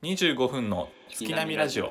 25分の月並みラジオ。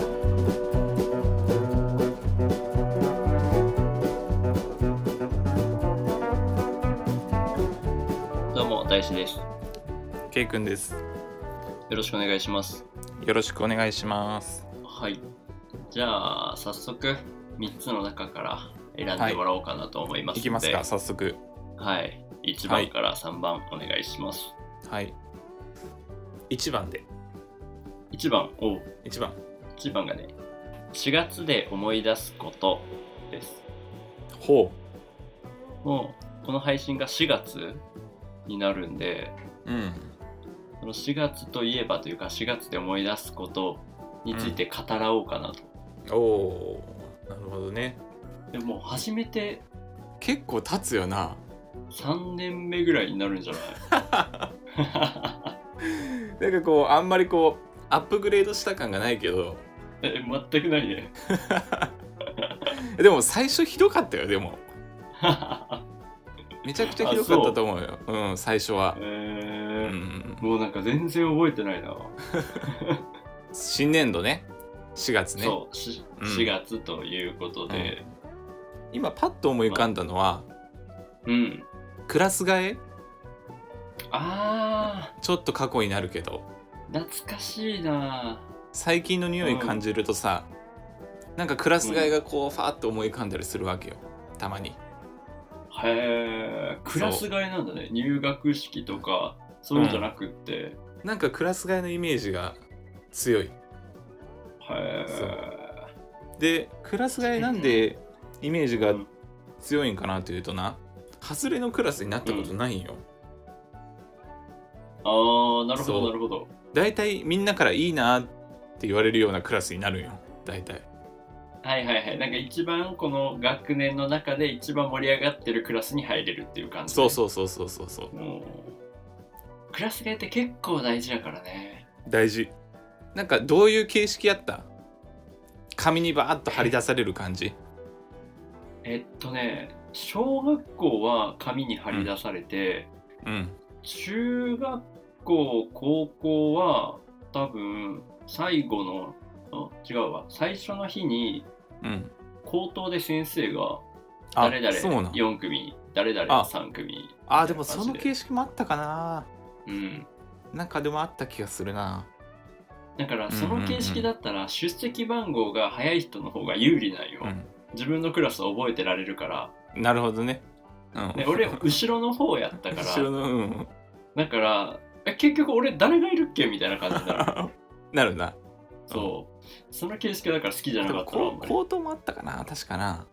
どうも大志です。 ケイくんです。 よろしくお願いします。 よろしくお願いします。 はい。じゃあ早速3つの中から選んでもらおうかなと思いますので、 いきますか、早速。 はい。1番から3番お願いします。 はい。1番で。 1番 1番がね、4月で思い出すことです。 ほもうこの配信が4月になるんで、その4月といえばというか4月で思い出すことについて語らおうかなと。 おー、なるほどね。 でも始めて結構経つよな。 3年目ぐらいになるんじゃないなんかこうあんまりこうアップグレードした感がないけど全くないね。 でも最初ひどかったよ。でもめちゃくちゃひどかったと思うよ。最初は。 もうなんか全然覚えてないな。 新年度ね、4月ね。 そう、4月ということで、 今パッと思い浮かんだのは、クラス替え。ちょっと過去になるけど懐かしいな。 最近の匂い感じるとさ、なんかクラス替えがこうファーッと思い浮かんだりするわけよ、たまに。 へー、クラス替えなんだね。入学式とかそういうんじゃなくって、 なんかクラス替えのイメージが強い。で、クラス替えなんでイメージが強いんかなというとな、外れのクラスになったことないんよ。 なるほどなるほど。 だいたいみんなからいいなって言われるようなクラスになるんよ、だいたい。 なんか一番この学年の中で一番盛り上がってるクラスに入れるっていう感じ、ね。そう。クラス替えって結構大事だからね。 大事。なんかどういう形式やった？紙にバーッと貼り出される感じ？ 小学校は紙に貼り出されて、中学校高校は多分最後の最初の日に口頭で先生が誰々4組誰々3組。 でもその形式もあったかな。なんかでもあった気がするな。 だからその形式だったら出席番号が早い人の方が有利なんよ。自分のクラスを覚えてられるから。 なるほどね。 俺後ろの方やったから後ろのだから結局俺誰がいるっけみたいな感じになる。 なるな。 その形式だから好きじゃなかったな。 口頭もあったかな、確かな。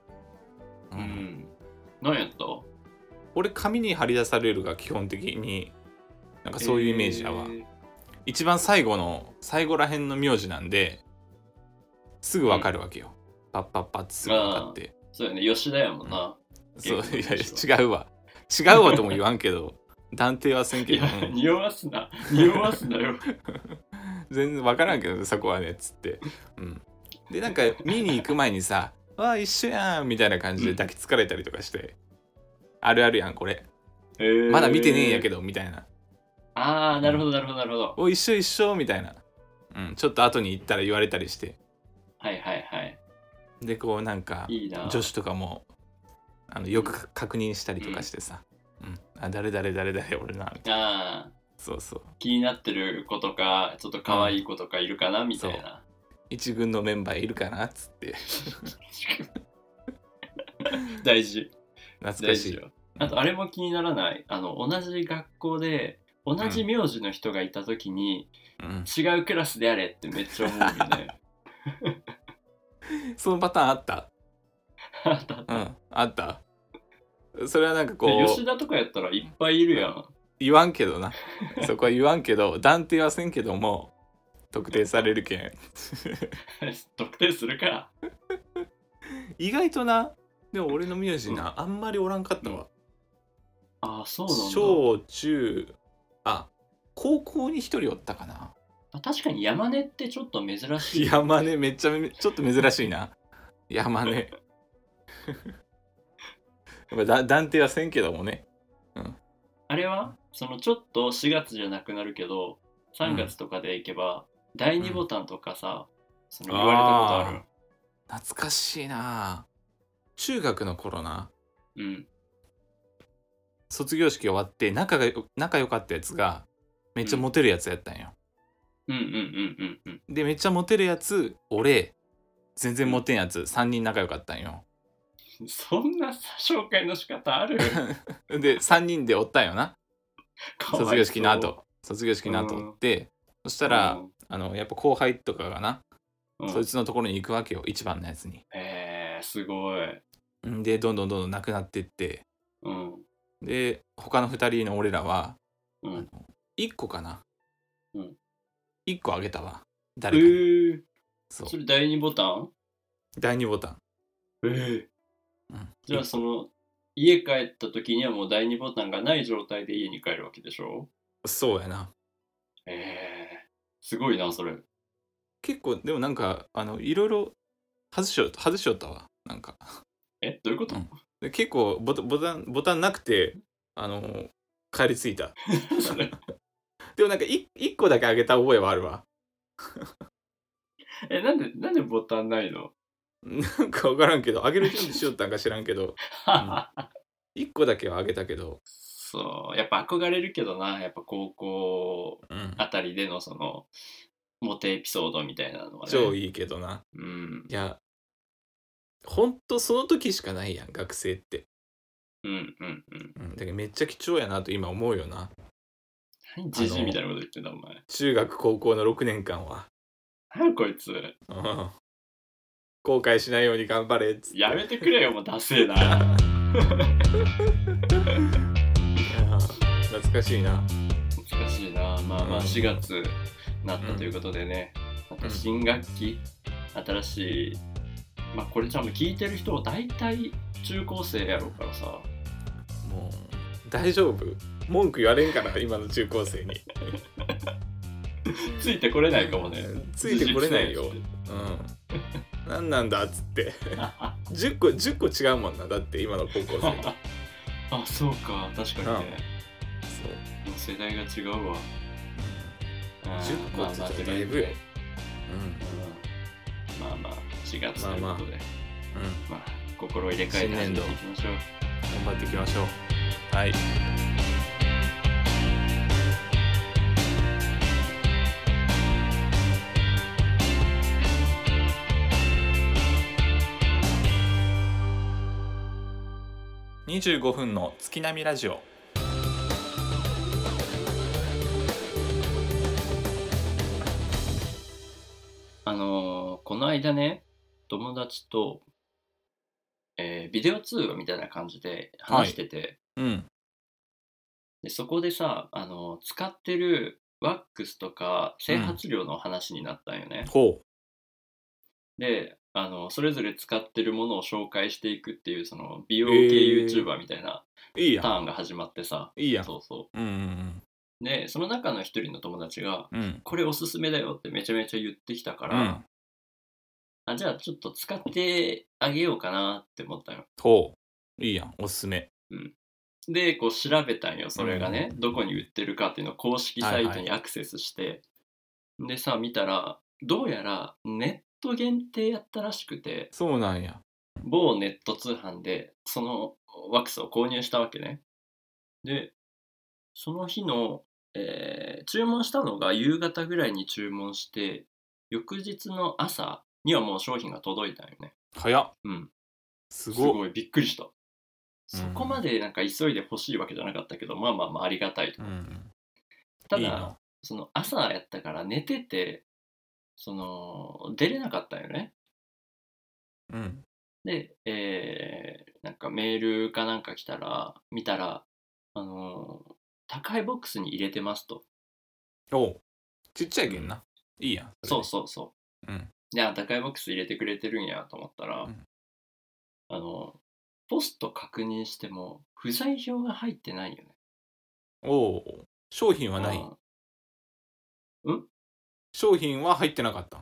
何やった？ 俺紙に貼り出されるが基本的になんかそういうイメージやわ。一番最後らへんの名字なんですぐ分かるわけよ。パッパッパってすぐ分かって。 そうやね、吉田やもんな。 そう、いや違うわとも言わんけど断定はせんけど。 匂わすなよ。 全然分からんけどそこはねっつって。でなんか見に行く前にさ一緒やんみたいな感じで抱きつかれたりとかして、あるあるやんこれ。まだ見てねえんやけどみたいな。 なるほど。 一緒みたいな。ちょっと後に行ったら言われたりして。でこうなんか女子とかもよく確認したりとかしてさ、誰俺なみたいな。そう気になってる子とかちょっと可愛い子とかいるかなみたいな。 一軍のメンバーいるかなっつって大事。 懐かしい。 あとあれも気にならない？同じ学校で同じ名字の人がいた時に、違うクラスであれってめっちゃ思うよね。 そのパターンあった？あった。それはなんかこう吉田とかやったらいっぱいいるやん。 言わんけどな。そこは言わんけど断定はせんけども特定されるけん。 特定するか。 意外とな。でも俺の名字な、あんまりおらんかったわ。 そうなんだ。 小中高校に一人おったかな。 確かに山根ってちょっと珍しい。 山根めっちゃちょっと珍しいな。山根。断定はせんけどもね。 あれはそのちょっと4月じゃなくなるけど3月とかで行けば、 第2ボタンとかさ、その言われたことある？ 懐かしいな。中学の頃な、 うん。 卒業式終わって仲良かったやつがめっちゃモテるやつやったんよ。 うんうんうんうんうん。 でめっちゃモテるやつ、俺全然モテんやつ、3人仲良かったんよ。 そんな紹介の仕方ある？ で3人でおったんよな。卒業式の後おって、そしたら、やっぱ後輩とかがな、そいつのところに行くわけよ、一番のやつに。 すごい。 でどんどんなくなってって、で他の2人の俺らは、1個かな、1個あげたわ、誰かに。 それ第2ボタン？ 第2ボタン。 じゃあその家帰った時にはもう第2ボタンがない状態で家に帰るわけでしょ？ そうやな。 すごいなそれ。 結構でもなんかいろいろ外しよったわ、なんか。 どういうこと？ で結構ボタンなくて帰り着いた。でもなんか1個だけあげた覚えはあるわ。 なんでボタンないの？ なんか分からんけど、あげる準備しよったんか知らんけど、1個だけはあげたけど。 そうやっぱ憧れるけどな、やっぱ高校あたりでのそのモテエピソードみたいなのはね、 超いいけどな。いやほんとその時しかないやん、学生って。だけどめっちゃ貴重やなと今思うよな。 ジジイみたいなこと言ってんだお前。 中学高校の6年間は。 こいつ。 後悔しないように頑張れっつって。 やめてくれよ、もうダセえな。いや懐かしいな。 懐かしいな。まあ4月になったということでね、また新学期、新しい、まあこれちゃんと聞いてる人は大体中高生やろうからさ。 もう大丈夫？文句言われんから今の中高生に。 ついてこれないかもね。 ついてこれないよ。何なんだっつって10個違うもんな、だって今の高校生あ、そうか、確かにね。そう世代が違うわ。 10個って言ったらだいぶよ。 まあまあ4月ということで、まあ心を入れ替えて始めていきましょう。 頑張っていきましょう。はい。25分の月並みラジオ。 この間ね、友達と、ビデオ通話みたいな感じで話してて、でそこでさ、使ってるワックスとか整髪料の話になったんよね。でそれぞれ使ってるものを紹介していくっていう、その美容系 YouTuber みたいなターンが始まってさ、そうそう、でその中の一人の友達が、これおすすめだよってめちゃめちゃ言ってきたから、じゃあちょっと使ってあげようかなって思ったよ。 いいやん、おすすめ。 でこう調べたんよ、それがね、どこに売ってるかっていうのを公式サイトにアクセスして、でさ見たらどうやらネット限定やったらしくて、 そうなんや。 某ネット通販でそのワックスを購入したわけね。でその日の、注文したのが夕方ぐらいに注文して、翌日の朝にはもう商品が届いたんよね。 早っ。すごい、びっくりした。そこまでなんか急いで欲しいわけじゃなかったけど、まあまあまあありがたいと思って、ただその朝やったから寝てて、その出れなかったんよね。で、なんかメールかなんか来たら見たら、高いボックスに入れてますと。 ちっちゃいけんな、いいやん。 そうそうそう。じゃあ高いボックス入れてくれてるんやと思ったら、ポスト確認しても不在票が入ってないよね。 商品はない。商品は入ってなかった。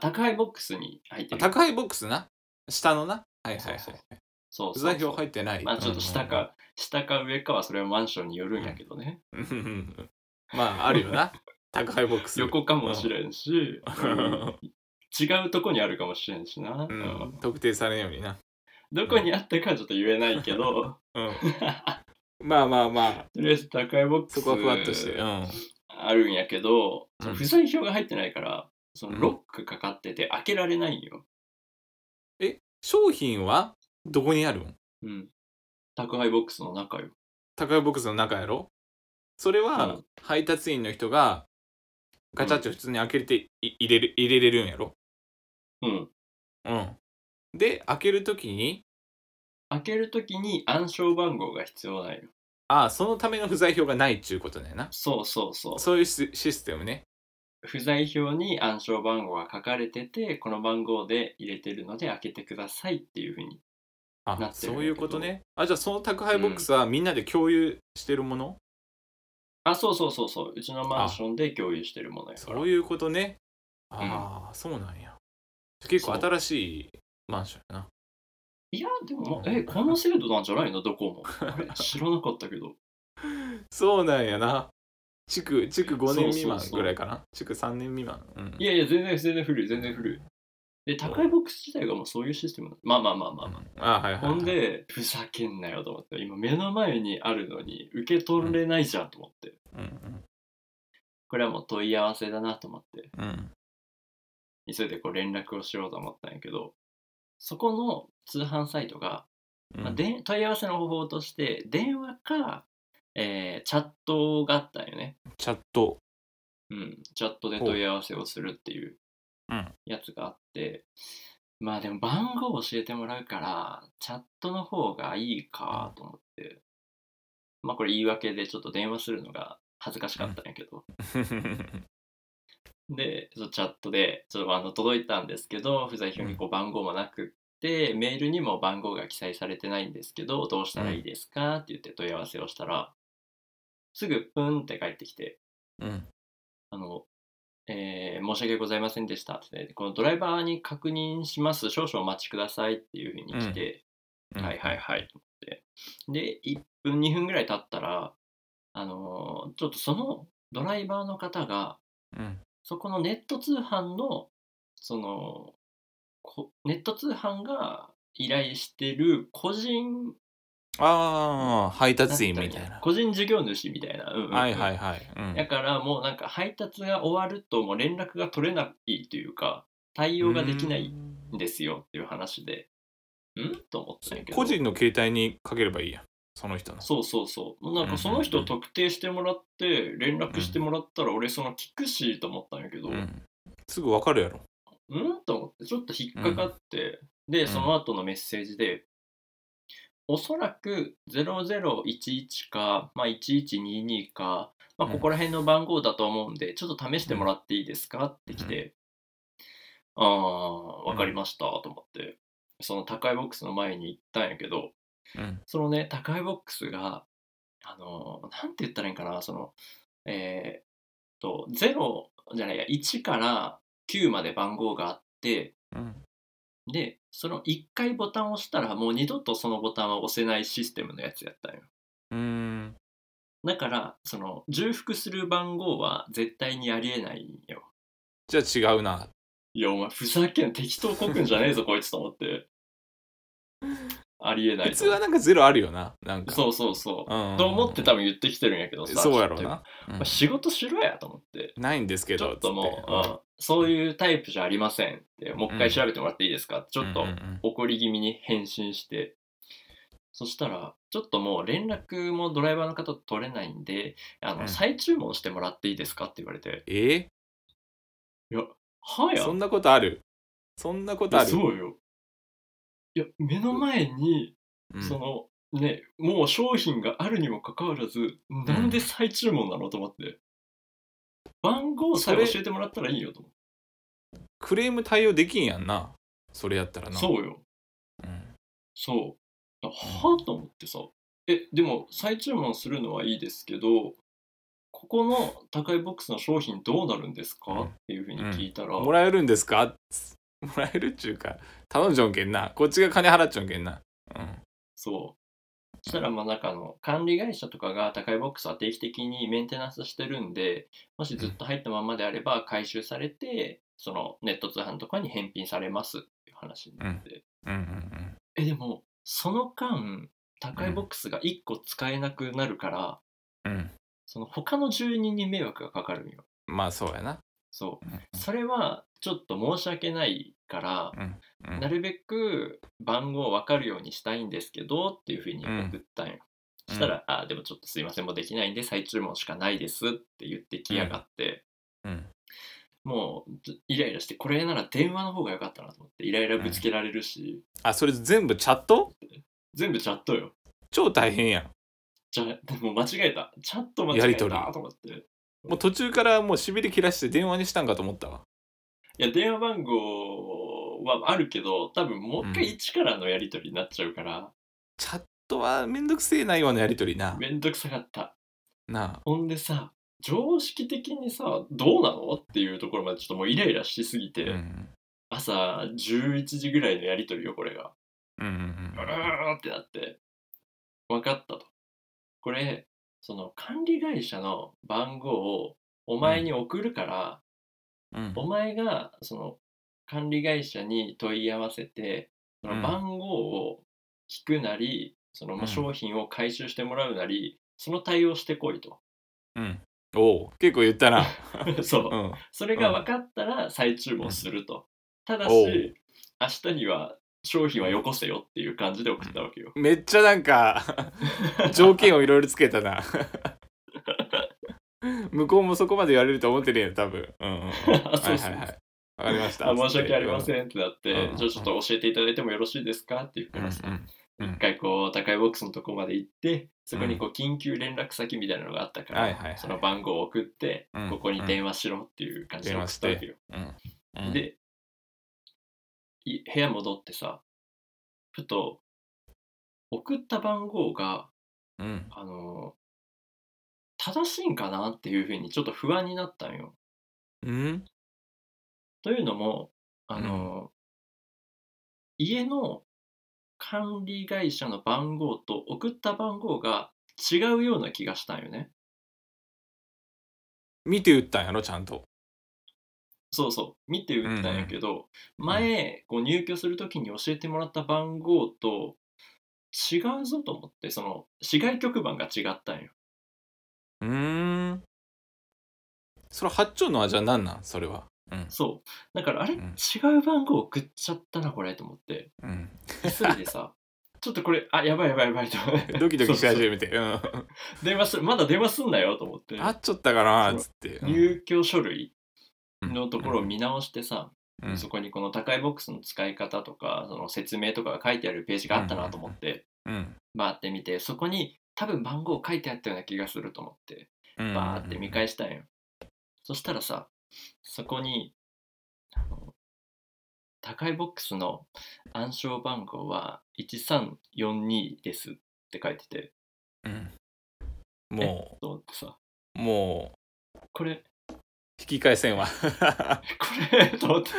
高いボックスに入ってる。 高いボックスな、下のな。 そう不在票入ってない。 まあちょっと下か上かはそれはマンションによるんやけどね。 まああるよな。 宅配ボックス横かもしれんし、違うとこにあるかもしれんしな、 特定されんようにな。 どこにあったかはちょっと言えないけど、 まあまあまあ、 とりあえず宅配ボックスそこはふわっとして、 あるんやけど、その不在票が入ってないから、そのロックかかってて開けられないんよ。 商品はどこにあるん？ 宅配ボックスの中よ。 宅配ボックスの中やろ？それは配達員の人がガチャッチョ普通に開けて入れれるんやろ？で、開けるときに暗証番号が必要ないよ。 そのための不在票がないっちゅうことだよな。 そう。 そういうシステムね。 不在票に暗証番号が書かれてて、この番号で入れてるので開けてくださいっていう風になってるんやけど。 そういうことね。じゃあその宅配ボックスはみんなで共有してるもの？ そう。うちのマンションで共有してるものやから。 そういうことね。そうなんや。結構新しいマンションやな。 いや、でも、この制度なんじゃないの？どこも。知らなかったけど。 そうなんやな。築5年未満ぐらいかな。築3年未満。 いや、全然古い。で、宅配ボックス自体がもうそういうシステム。まあ。ほんで、ふざけんなよと思って。今目の前にあるのに受け取れないじゃんと思って。これはもう問い合わせだなと思って。急いでこう連絡をしようと思ったんやけど、そこの通販サイトが、問い合わせの方法として電話か、チャットがあったんよね。 チャットで問い合わせをするっていうやつがあって、まあでも番号を教えてもらうからチャットの方がいいかと思って、まあこれ言い訳でちょっと電話するのが恥ずかしかったんやけど、でチャットでちょっと届いたんですけど、不在票にこう番号もなくってメールにも番号が記載されてないんですけど、どうしたらいいですかって言って問い合わせをしたら、すぐプンって返ってきて、申し訳ございませんでしたって、このドライバーに確認します、少々お待ちくださいっていう風に来て、はいと思って、で1分2分ぐらい経ったら、ちょっとそのドライバーの方が、そこのネット通販のネット通販が依頼してる個人配達員みたいな。 個人事業主みたいな。だからもうなんか配達が終わるともう連絡が取れないというか、対応ができないんですよっていう話で、と思ったんやけど。 個人の携帯にかければいいやん、その人の。 そう。なんかその人を特定してもらって連絡してもらったら、俺その聞くしと思ったんやけど、 すぐわかるやろ。 と思ってちょっと引っかかって、でその後のメッセージで、おそらく0011か、1122か、ここら辺の番号だと思うんで、ちょっと試してもらっていいですかって来て、わかりましたと思って、その宅配ボックスの前に行ったんやけど、そのね、宅配ボックスが、なんて言ったらいいんかな、0じゃないや、1から9まで番号があって、で、その1回ボタンを押したらもう二度とそのボタンは押せないシステムのやつやったんよ。だからその重複する番号は絶対にありえないんよ。 じゃあ違うな。 いやお前ふざけん、適当こくんじゃねえぞこいつと思って。ありえない。 普通はなんかゼロあるよな。なんかそう、と思って多分言ってきてるんやけどさ、 そうやろうな。 仕事しろやと思って。 ないんですけどちょっともう、そういうタイプじゃありませんって、もう一回調べてもらっていいですかってちょっと怒り気味に返信して、そしたらちょっともう連絡もドライバーの方と取れないんで、再注文してもらっていいですかって言われて。いや、 そんなことある？ そうよ。いや、目の前に、もう商品があるにもかかわらず、なんで再注文なのと思って。番号さえ教えてもらったらいいよと思って。 クレーム対応できんやんな、それやったらな。 そうよ。そう。と思ってさ。でも再注文するのはいいですけど、ここの宅配ボックスの商品どうなるんですかっていうふうに聞いたら、 もらえるんですか？もらえるっちゅうか頼んじゃんけんな、こっちが金払っちゃんけんな。 そそしたらなんか管理会社とかが宅配ボックスは定期的にメンテナンスしてるんで、もしずっと入ったままであれば回収されて、そのネット通販とかに返品されますっていう話になって、でもその間宅配ボックスが1個使えなくなるから、その他の住人に迷惑がかかるんよ。 まあそうやな。 そう。それはちょっと申し訳ないから、なるべく番号分かるようにしたいんですけどっていうふうに送ったんよ。そしたら、でもちょっとすいません、もうできないんで再注文しかないですって言ってきやがって、もうイライラして、これなら電話の方が良かったなと思って、イライラぶつけられるし。 それ全部チャット？ 全部チャットよ。 超大変やん。 でも間違えた。チャット間違えたと思って。 もう途中からもうしびれ切らして電話にしたんかと思ったわ。 いや、電話番号はあるけど、多分もう一回一からのやり取りになっちゃうから。 チャットはめんどくせえな、今のやり取りな。 めんどくさかった。 なあ。 ほんでさ、常識的にさ、どうなのっていうところまでちょっともうイライラしすぎて、朝11時ぐらいのやり取りよ、これが。ってなって、分かったと。これ、その管理会社の番号をお前に送るから、お前がその管理会社に問い合わせて、その番号を聞くなり、その商品を回収してもらうなり、その対応してこいと。 おお、結構言ったな。 そう、それが分かったら再注文すると。ただし、明日には商品はよこせよっていう感じで送ったわけよ。 めっちゃなんか条件をいろいろつけたな。向こうもそこまで言われると思ってねえよ、多分。そうそう。わかりました。 申し訳ありませんってなって、じゃあちょっと教えていただいてもよろしいですかって言うからさ、一回こう、宅配ボックスのとこまで行って、そこにこう緊急連絡先みたいなのがあったから、その番号を送って、ここに電話しろっていう感じで送ったわけよ。で、部屋戻ってさ、ふと、送った番号が、正しいんかなっていうふうにちょっと不安になったんよ。というのも、家の管理会社の番号と送った番号が違うような気がしたんよね。 見て打ったんやろ、ちゃんと。 そうそう、見て打ったんやけど、前こう入居するときに教えてもらった番号と違うぞと思って、その市外局番が違ったんよ。 それ発注のはじゃあ何なんそれは。 そう。だからあれ、違う番号送っちゃったなこれと思って。急いでさ、ちょっとこれやばいとドキドキし始めて。 まだ電話すんなよと思って。 あっちゃったかなっつって。 入居書類のところを見直してさ、そこにこの宅配ボックスの使い方とかその説明とかが書いてあるページがあったなと思って、バーって見て、そこに多分番号書いてあったような気がすると思って、バーって見返したんよ。そしたらさ、そこに宅配ボックスの暗証番号は1342ですって書いてて、 もうと思ってさ、 もうこれ引き返せんわ。 これと思って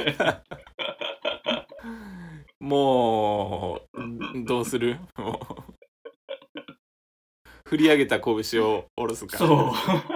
もうどうする？もう振り上げた拳を下ろすか。 そう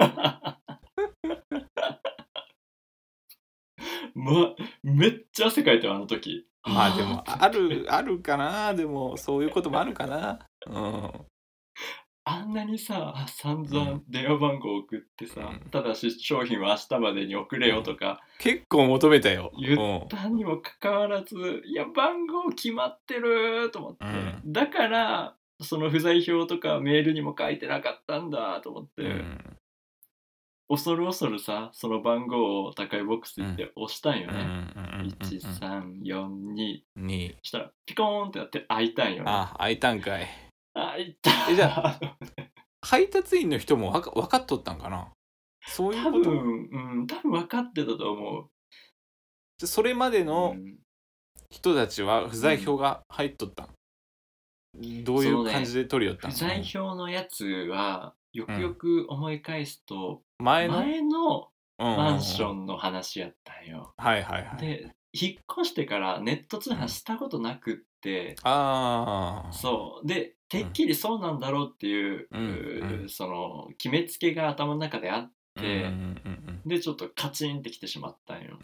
めっちゃ汗かいたよあの時。 でもあるかな。でもそういうこともあるかな。 あんなにさ、散々電話番号送ってさ、ただし商品は明日までに送れよとか、 結構求めたよ。 言ったにもかかわらず、いや番号決まってると思って、だからその不在票とかメールにも書いてなかったんだと思って、恐る恐るさ、その番号を宅配ボックス行って押したんよね。1342したらピコーンってなって開いたんよね。 開いたんかい。 開いた。 じゃあ配達員の人も分かっとったんかな。そういうこと。 多分分かってたと思う。 それまでの人たちは不在票が入っとったん、どういう感じで取りよったん、 不在票のやつはよくよく思い返すと、前のマンションの話やったんよ。で引っ越してからネット通販したことなくって、そうでてっきりそうなんだろうっていう、 うんその決めつけが頭の中であって、でちょっとカチンってきてしまったんよ。いや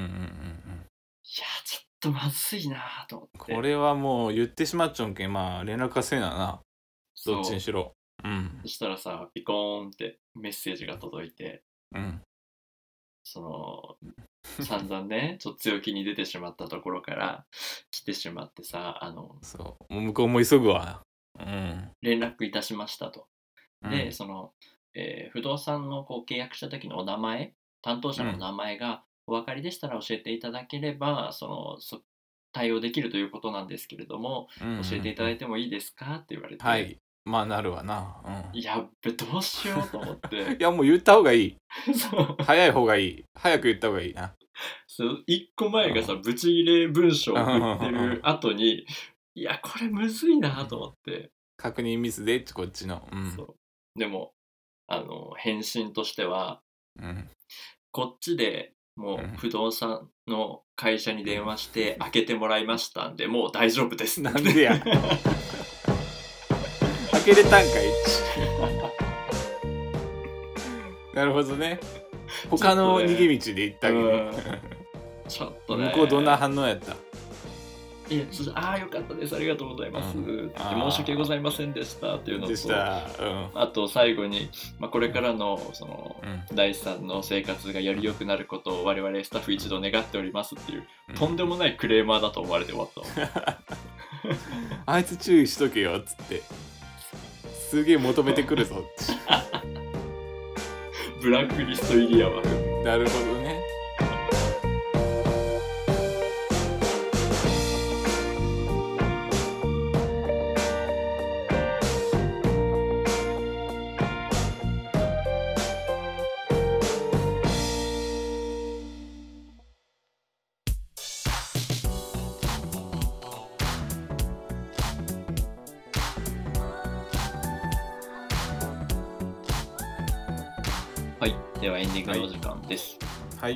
ちょっとまずいなと思って。 これはもう言ってしまっちゃうんけん、まあ連絡はせなな。どっちにしろ。 そしたらさ、ピコーンってメッセージが届いて、その散々ねちょっと強気に出てしまったところから来てしまってさ、 そうもう向こうも急ぐわ。 連絡いたしましたと。でその、不動産のこう契約した時のお名前、担当者の名前がお分かりでしたら教えていただければ、対応できるということなんですけれども、教えていただいてもいいですかって言われて、 はい、まあなるわな。 やっべどうしようと思っていやもう言った方がいい。 そう早い方がいい。早く言った方がいいな。 そう1個前がさ、ブチギレ文章を送ってる後に、いやこれむずいなと思って、 確認ミスでこっちの。 そうでも返信としては、こっちでもう不動産の会社に電話して開けてもらいましたんで、もう大丈夫ですなんでや。開けれたんかい。なるほどね。他の逃げ道で行ったけど、 ちょっとね。 向こうどんな反応やった？ いやよかったです、ありがとうございます、申し訳ございませんでしたっていうのと、あと最後に、これからのその、第3の生活がより良くなることを我々スタッフ一同願っておりますっていう、とんでもないクレーマーだと思われて終わったあいつ注意しとけよっつって、すげえ求めてくるぞってブラックリスト入りやわ。 なるほどね。 はい、ではエンディングのお時間です。 はい。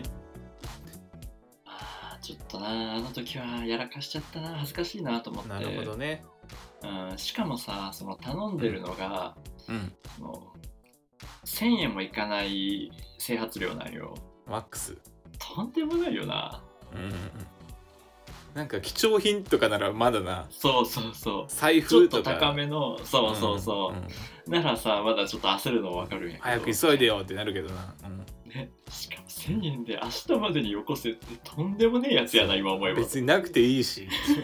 ちょっとな、あの時はやらかしちゃったな、恥ずかしいなと思って。 なるほどね。 しかもさ、その頼んでるのが、1000円もいかない整髪料なんよ。 ワックス。 とんでもないよな。 なんか貴重品とかならまだな。 そう。 財布とか。 ちょっと高めの、そう。ならさ、まだちょっと焦るの分かるんやけど。 早く急いでよってなるけどな。 ね、しかも1000円で明日までによこせってとんでもねえやつやな、今思えば。 別になくていいし。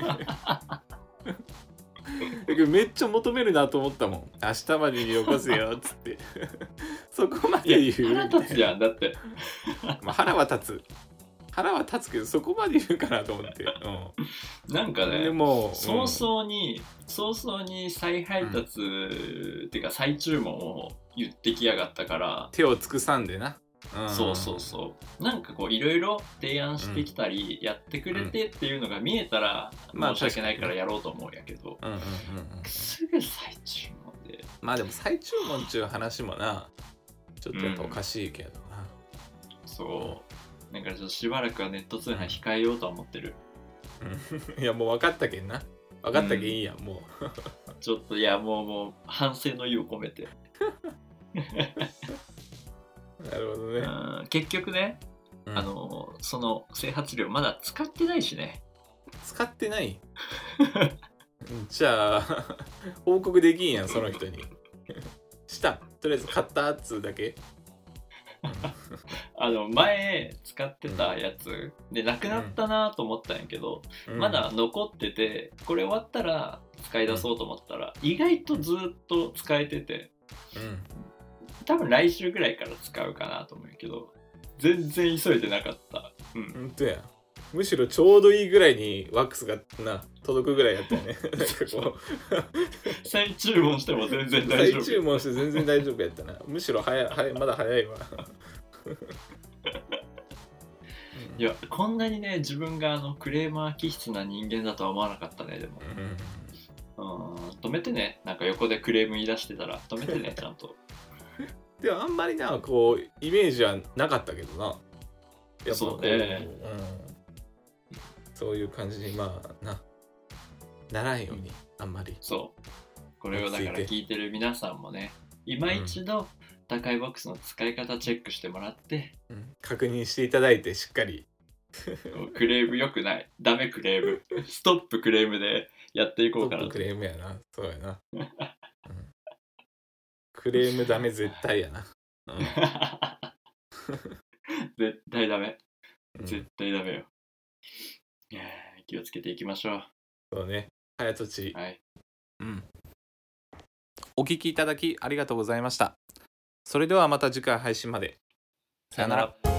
めっちゃ求めるなと思ったもん。明日までによこせよっつってそこまで言う。 腹立つやんだって腹は立つけど、そこまで言うかなと思って、 なんかね、 でも早々に再配達、っていうか再注文を言ってきやがったから、 手を尽くさんでな。 そうなんかこういろいろ提案してきたり、やってくれてっていうのが見えたら、申し訳ないからやろうと思うんやけど、すぐ再注文で。 でも再注文っていう話もな、ちょっとやっぱおかしいけどな。 そうなんかちょっとしばらくはネット通販控えようとは思ってる。 いやもう分かったけんな。分かったけんいいやん、もうちょっといやもう反省の意を込めてなるほどね。 結局ね、その整髪料まだ使ってないしね。 使ってないじゃあ報告できんやん、その人にとりあえず買ったっつうだけ前使ってたやつでなくなったなと思ったんやけど、まだ残ってて、これ終わったら使い出そうと思ったら、意外とずっと使えてて、多分来週ぐらいから使うかなと思うんやけど、全然急いでなかった。 本当や。むしろちょうどいいぐらいにワックスが届くぐらいやったよね。なんかこう再注文しても全然大丈夫。 再注文して全然大丈夫やったな。むしろまだ早いわ。 いや、こんなにね、自分がクレーマー気質な人間だとは思わなかったね。でも止めてね、なんか横でクレーム言い出してたら止めてねちゃんと。 でもあんまりな、こうイメージはなかったけどな。 やっぱそうね、 そういう感じにならんようにあんまり。 そう。 これをだから聞いてる皆さんもね、今一度宅配ボックスの使い方チェックしてもらって、 確認していただいてしっかりクレームよくない、ダメクレーム、ストップクレームでやっていこうかなと。 クレームやな、そうやな、クレームダメ絶対やな、 絶対ダメ、絶対ダメよ。気をつけていきましょう。 そうね、早とちり。 はい。 お聞きいただきありがとうございました。それではまた次回配信まで。さよなら。